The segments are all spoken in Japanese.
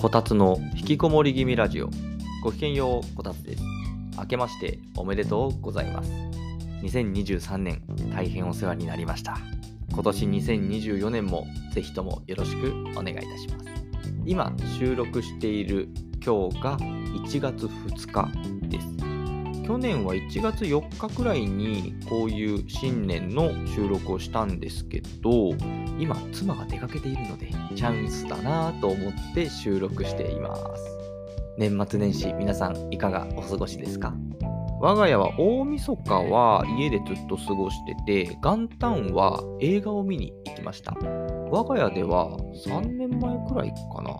こたつの引きこもり気味ラジオ。ごきげんよう、こたつです。明けましておめでとうございます。2023年大変お世話になりました。今年2024年もぜひともよろしくお願いいたします。今収録している今日が1月2日です。去年は1月4日くらいにこういう新年の収録をしたんですけど、今妻が出かけているのでチャンスだなと思って収録しています。年末年始皆さんいかがお過ごしですか？我が家は大晦日は家でずっと過ごしてて、元旦は映画を見に行きました。我が家では3年前くらい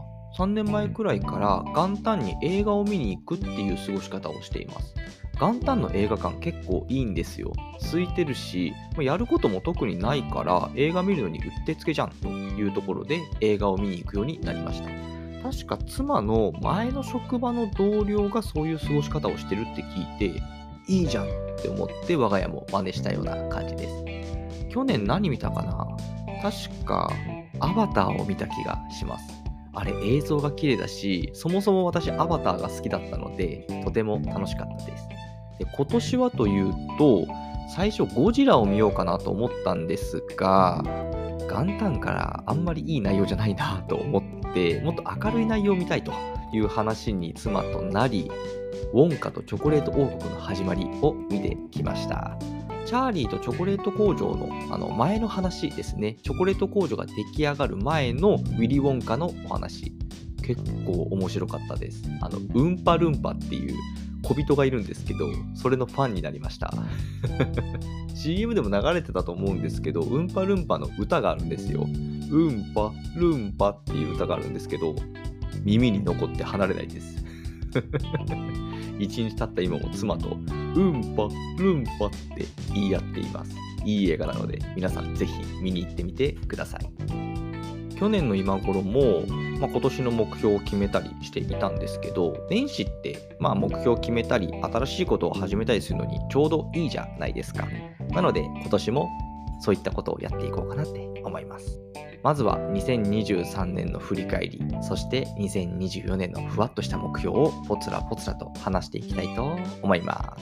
から元旦に映画を見に行くっていう過ごし方をしています。元旦の映画館結構いいんですよ。空いてるし、やることも特にないから映画見るのにうってつけじゃんというところで映画を見に行くようになりました。確か妻の前の職場の同僚がそういう過ごし方をしてるって聞いて、いいじゃんって思って我が家も真似したような感じです。去年何見たかな？確かアバターを見た気がします。あれ映像が綺麗だし、そもそも私アバターが好きだったのでとても楽しかったです。で、今年はというと最初ゴジラを見ようかなと思ったんですが、元旦からあんまりいい内容じゃないなと思って、もっと明るい内容を見たいという話に妻となり、ウォンカとチョコレート王国の始まりを見てきました。チャーリーとチョコレート工場の前の話ですね。チョコレート工場が出来上がる前のウィリー・ウォンカのお話、結構面白かったです。ウンパルンパっていう小人がいるんですけど、それのファンになりました。CM でも流れてたと思うんですけど、ウンパルンパの歌があるんですよ。ウンパルンパっていう歌があるんですけど、耳に残って離れないです。一日経った今も妻とうんぱルンパって言い合っています。いい映画なので皆さんぜひ見に行ってみてください。去年の今頃も、今年の目標を決めたりしていたんですけど、年始って目標を決めたり新しいことを始めたりするのにちょうどいいじゃないですか。なので今年もそういったことをやっていこうかなって思います。まずは2023年の振り返り、そして2024年のふわっとした目標をポツラポツラと話していきたいと思います。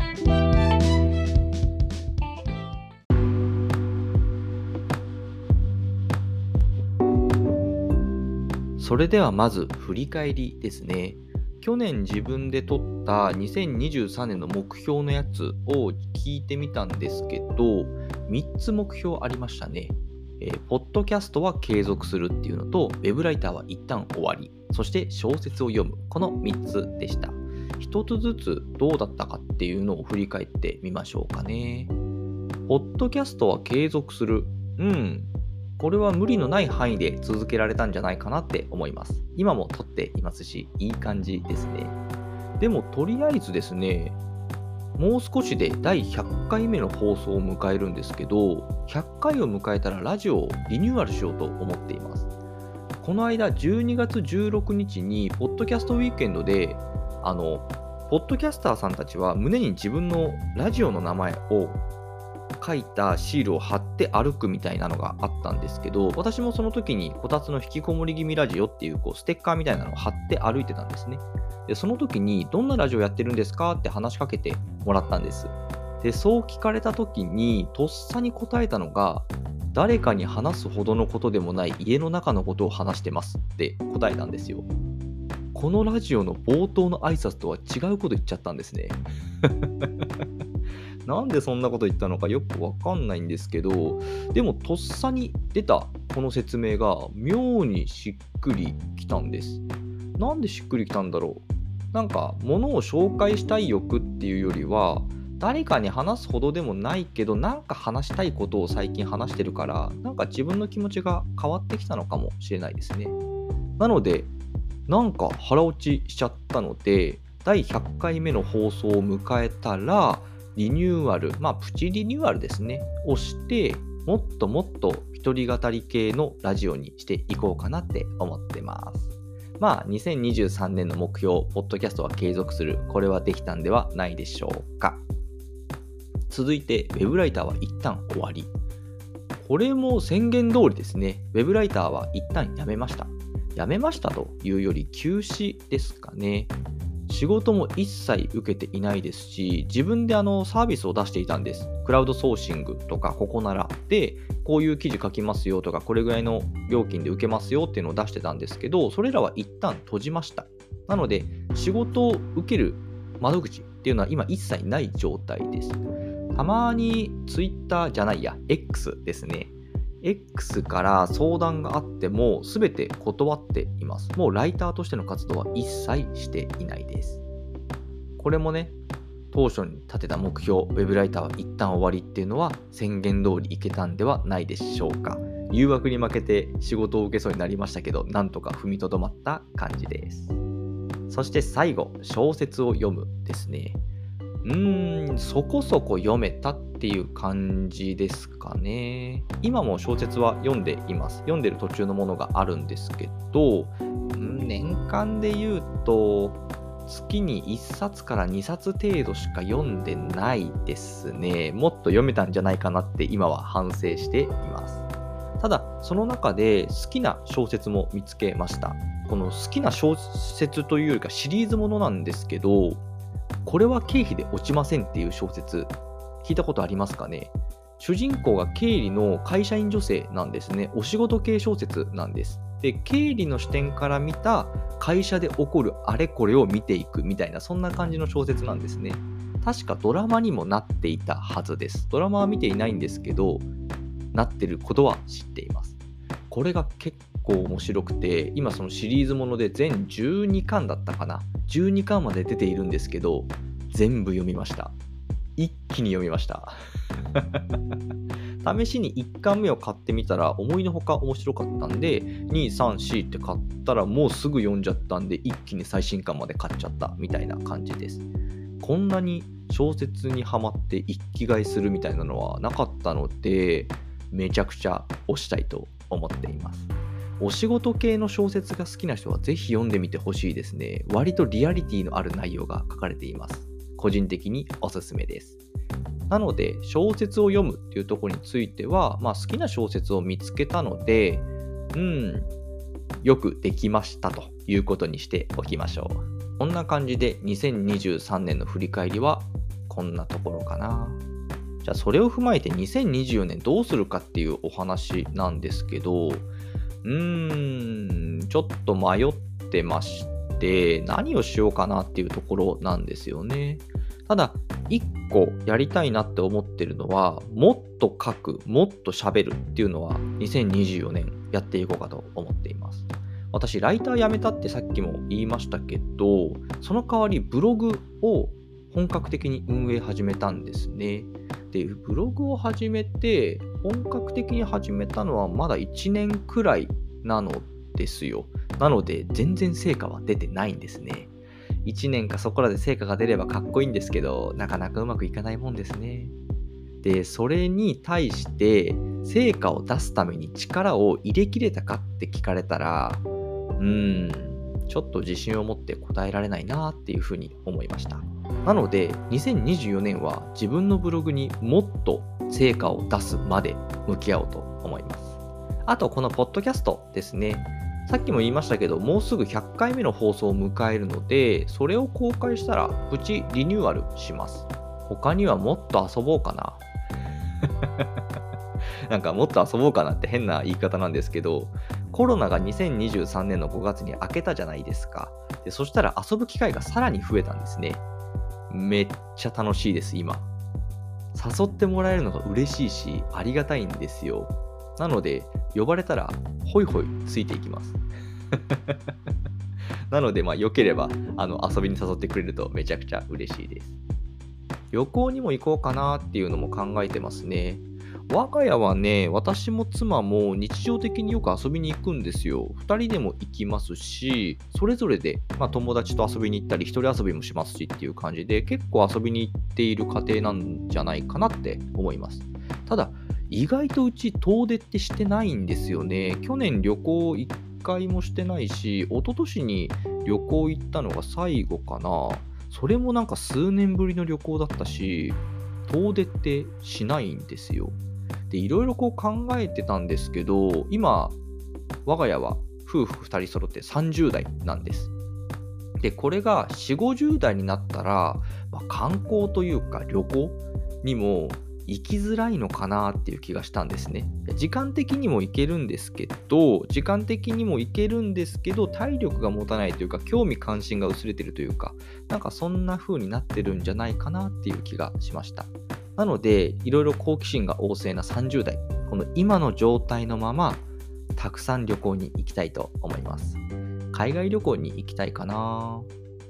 それではまず振り返りですね。去年自分で取った2023年の目標のやつを聞いてみたんですけど、3つ目標ありましたね。ポッドキャストは継続するっていうのと、ウェブライターは一旦終わり、そして小説を読む、この3つでした。一つずつどうだったかっていうのを振り返ってみましょうかね。ポッドキャストは継続する。これは無理のない範囲で続けられたんじゃないかなって思います。今も撮っていますし、いい感じですね。でもとりあえずですね、もう少しで第100回目の放送を迎えるんですけど、100回を迎えたらラジオをリニューアルしようと思っています。この間12月16日にポッドキャストウィークエンドでポッドキャスターさんたちは胸に自分のラジオの名前を書いたシールを貼って歩くみたいなのがあったんですけど、私もその時にこたつの引きこもり気味ラジオっていうステッカーみたいなのを貼って歩いてたんですね。で、その時にどんなラジオやってるんですかって話しかけてもらったんです。で、そう聞かれた時にとっさに答えたのが、誰かに話すほどのことでもない家の中のことを話してますって答えたんですよ。このラジオの冒頭の挨拶とは違うこと言っちゃったんですね。なんでそんなこと言ったのかよくわかんないんですけど、でもとっさに出たこの説明が妙にしっくりきたんです。なんでしっくりきたんだろう。なんか物を紹介したい欲っていうよりは、誰かに話すほどでもないけど、なんか話したいことを最近話してるから、なんか自分の気持ちが変わってきたのかもしれないですね。なのでなんか腹落ちしちゃったので、第100回目の放送を迎えたらリニューアル、プチリニューアルですねをして、もっともっと一人語り系のラジオにしていこうかなって思ってます。2023年の目標、ポッドキャストは継続する、これはできたんではないでしょうか。続いてウェブライターは一旦終わり。これも宣言通りですね。ウェブライターは一旦やめました。 辞めましたというより休止ですかね。仕事も一切受けていないですし、自分でサービスを出していたんです。クラウドソーシングとかココナラで、こういう記事書きますよとか、これぐらいの料金で受けますよっていうのを出してたんですけど、それらは一旦閉じました。なので、仕事を受ける窓口っていうのは今一切ない状態です。たまに Twitter じゃないや、X ですね。X から相談があっても全て断っています。もうライターとしての活動は一切していないです。これもね、当初に立てた目標、ウェブライターは一旦終わりっていうのは宣言通りいけたんではないでしょうか。誘惑に負けて仕事を受けそうになりましたけど、なんとか踏みとどまった感じです。そして最後、小説を読むですね。そこそこ読めたっていう感じですかね。今も小説は読んでいます。読んでる途中のものがあるんですけど、年間で言うと月に1冊から2冊程度しか読んでないですね。もっと読めたんじゃないかなって今は反省しています。ただ、その中で好きな小説も見つけました。この好きな小説というよりかシリーズものなんですけど、これは経費で落ちませんっていう小説、聞いたことありますかね。主人公が経理の会社員女性なんですね。お仕事系小説なんです。で、経理の視点から見た会社で起こるあれこれを見ていくみたいな、そんな感じの小説なんですね。確かドラマにもなっていたはずです。ドラマは見ていないんですけど、なってることは知っています。これが結構面白くて、今そのシリーズもので全12巻だったかな。12巻まで出ているんですけど、全部読みました。一気に読みました。試しに1巻目を買ってみたら思いのほか面白かったんで、2、3、4って買ったらもうすぐ読んじゃったんで、一気に最新巻まで買っちゃったみたいな感じです。こんなに小説にハマって一気買いするみたいなのはなかったので、めちゃくちゃ推したいと思っています。お仕事系の小説が好きな人はぜひ読んでみてほしいですね。割とリアリティのある内容が書かれています。個人的におすすめです。なので、小説を読むっていうところについては、好きな小説を見つけたので、よくできましたということにしておきましょう。こんな感じで2023年の振り返りはこんなところかな。じゃあそれを踏まえて2024年どうするかっていうお話なんですけど、ちょっと迷ってまして、何をしようかなっていうところなんですよね。ただ、一個やりたいなって思ってるのは、もっと書く、もっと喋るっていうのは2024年やっていこうかと思っています。私、ライター辞めたってさっきも言いましたけど、その代わりブログを本格的に運営始めたんですね。で、ブログを始めて、本格的に始めたのはまだ1年くらいなのですよ。なので、全然成果は出てないんですね。1年かそこらで成果が出ればかっこいいんですけど、なかなかうまくいかないもんですね。で、それに対して成果を出すために力を入れきれたかって聞かれたら、ちょっと自信を持って答えられないなっていうふうに思いました。なので、2024年は自分のブログにもっと成果を出すまで向き合おうと思います。あと、このポッドキャストですね。さっきも言いましたけど、もうすぐ100回目の放送を迎えるので、それを公開したらプチリニューアルします。他にはもっと遊ぼうかな。なんかもっと遊ぼうかなって変な言い方なんですけど、コロナが2023年の5月に明けたじゃないですか。で、そしたら遊ぶ機会がさらに増えたんですね。めっちゃ楽しいです、今。誘ってもらえるのが嬉しいし、ありがたいんですよ。なので、呼ばれたら、ホイホイついていきます。なので、良ければ、遊びに誘ってくれるとめちゃくちゃ嬉しいです。旅行にも行こうかなっていうのも考えてますね。我が家はね、私も妻も日常的によく遊びに行くんですよ。2人でも行きますし、それぞれで、友達と遊びに行ったり、一人遊びもしますしっていう感じで、結構遊びに行っている家庭なんじゃないかなって思います。ただ、意外とうち遠出ってしてないんですよね。去年旅行1回もしてないし、一昨年に旅行行ったのが最後かな。それもなんか数年ぶりの旅行だったし、遠出ってしないんですよ。で、いろいろ考えてたんですけど、今、我が家は夫婦2人揃って30代なんです。で、これが4、50代になったら、観光というか旅行にも行きづらいのかなっていう気がしたんですね。時間的にも行けるんですけど、体力が持たないというか、興味関心が薄れてるというか、なんかそんな風になってるんじゃないかなっていう気がしました。なので、いろいろ好奇心が旺盛な30代、この今の状態のまま、たくさん旅行に行きたいと思います。海外旅行に行きたいかな。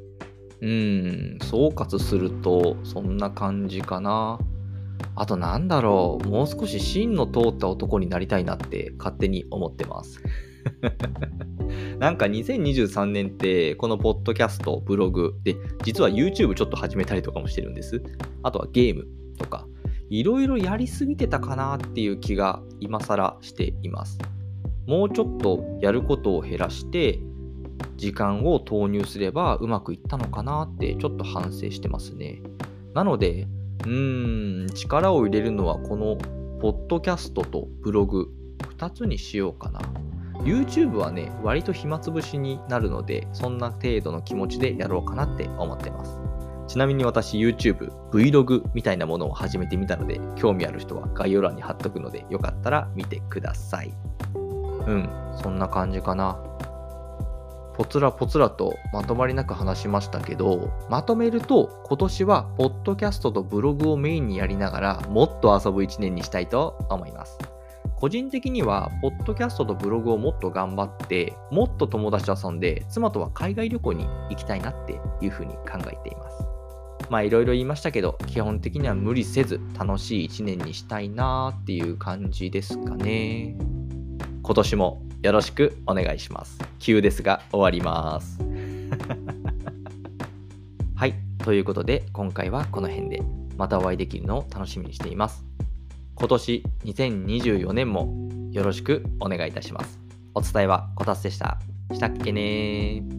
総括すると、そんな感じかな。あとなんだろう、もう少し芯の通った男になりたいなって勝手に思ってます。なんか2023年ってこのポッドキャスト、ブログで、実は YouTube ちょっと始めたりとかもしてるんです。あとはゲームとか、いろいろやりすぎてたかなっていう気が今更しています。もうちょっとやることを減らして時間を投入すればうまくいったのかなってちょっと反省してますね。なので力を入れるのはこのポッドキャストとブログ2つにしようかな。 YouTube はね割と暇つぶしになるので、そんな程度の気持ちでやろうかなって思ってます。ちなみに私 YouTube、Vlog みたいなものを始めてみたので、興味ある人は概要欄に貼っとくので、よかったら見てください。そんな感じかな。ぽつらぽつらとまとまりなく話しましたけど、まとめると今年はポッドキャストとブログをメインにやりながらもっと遊ぶ1年にしたいと思います。個人的にはポッドキャストとブログをもっと頑張ってもっと友達と遊んで妻とは海外旅行に行きたいなっていうふうに考えています。いろいろ言いましたけど、基本的には無理せず楽しい1年にしたいなっていう感じですかね。今年もよろしくお願いします。急ですが終わります。はい、ということで今回はこの辺で、またお会いできるのを楽しみにしています。今年2024年もよろしくお願いいたします。お伝えはこたつでした。したっけねー。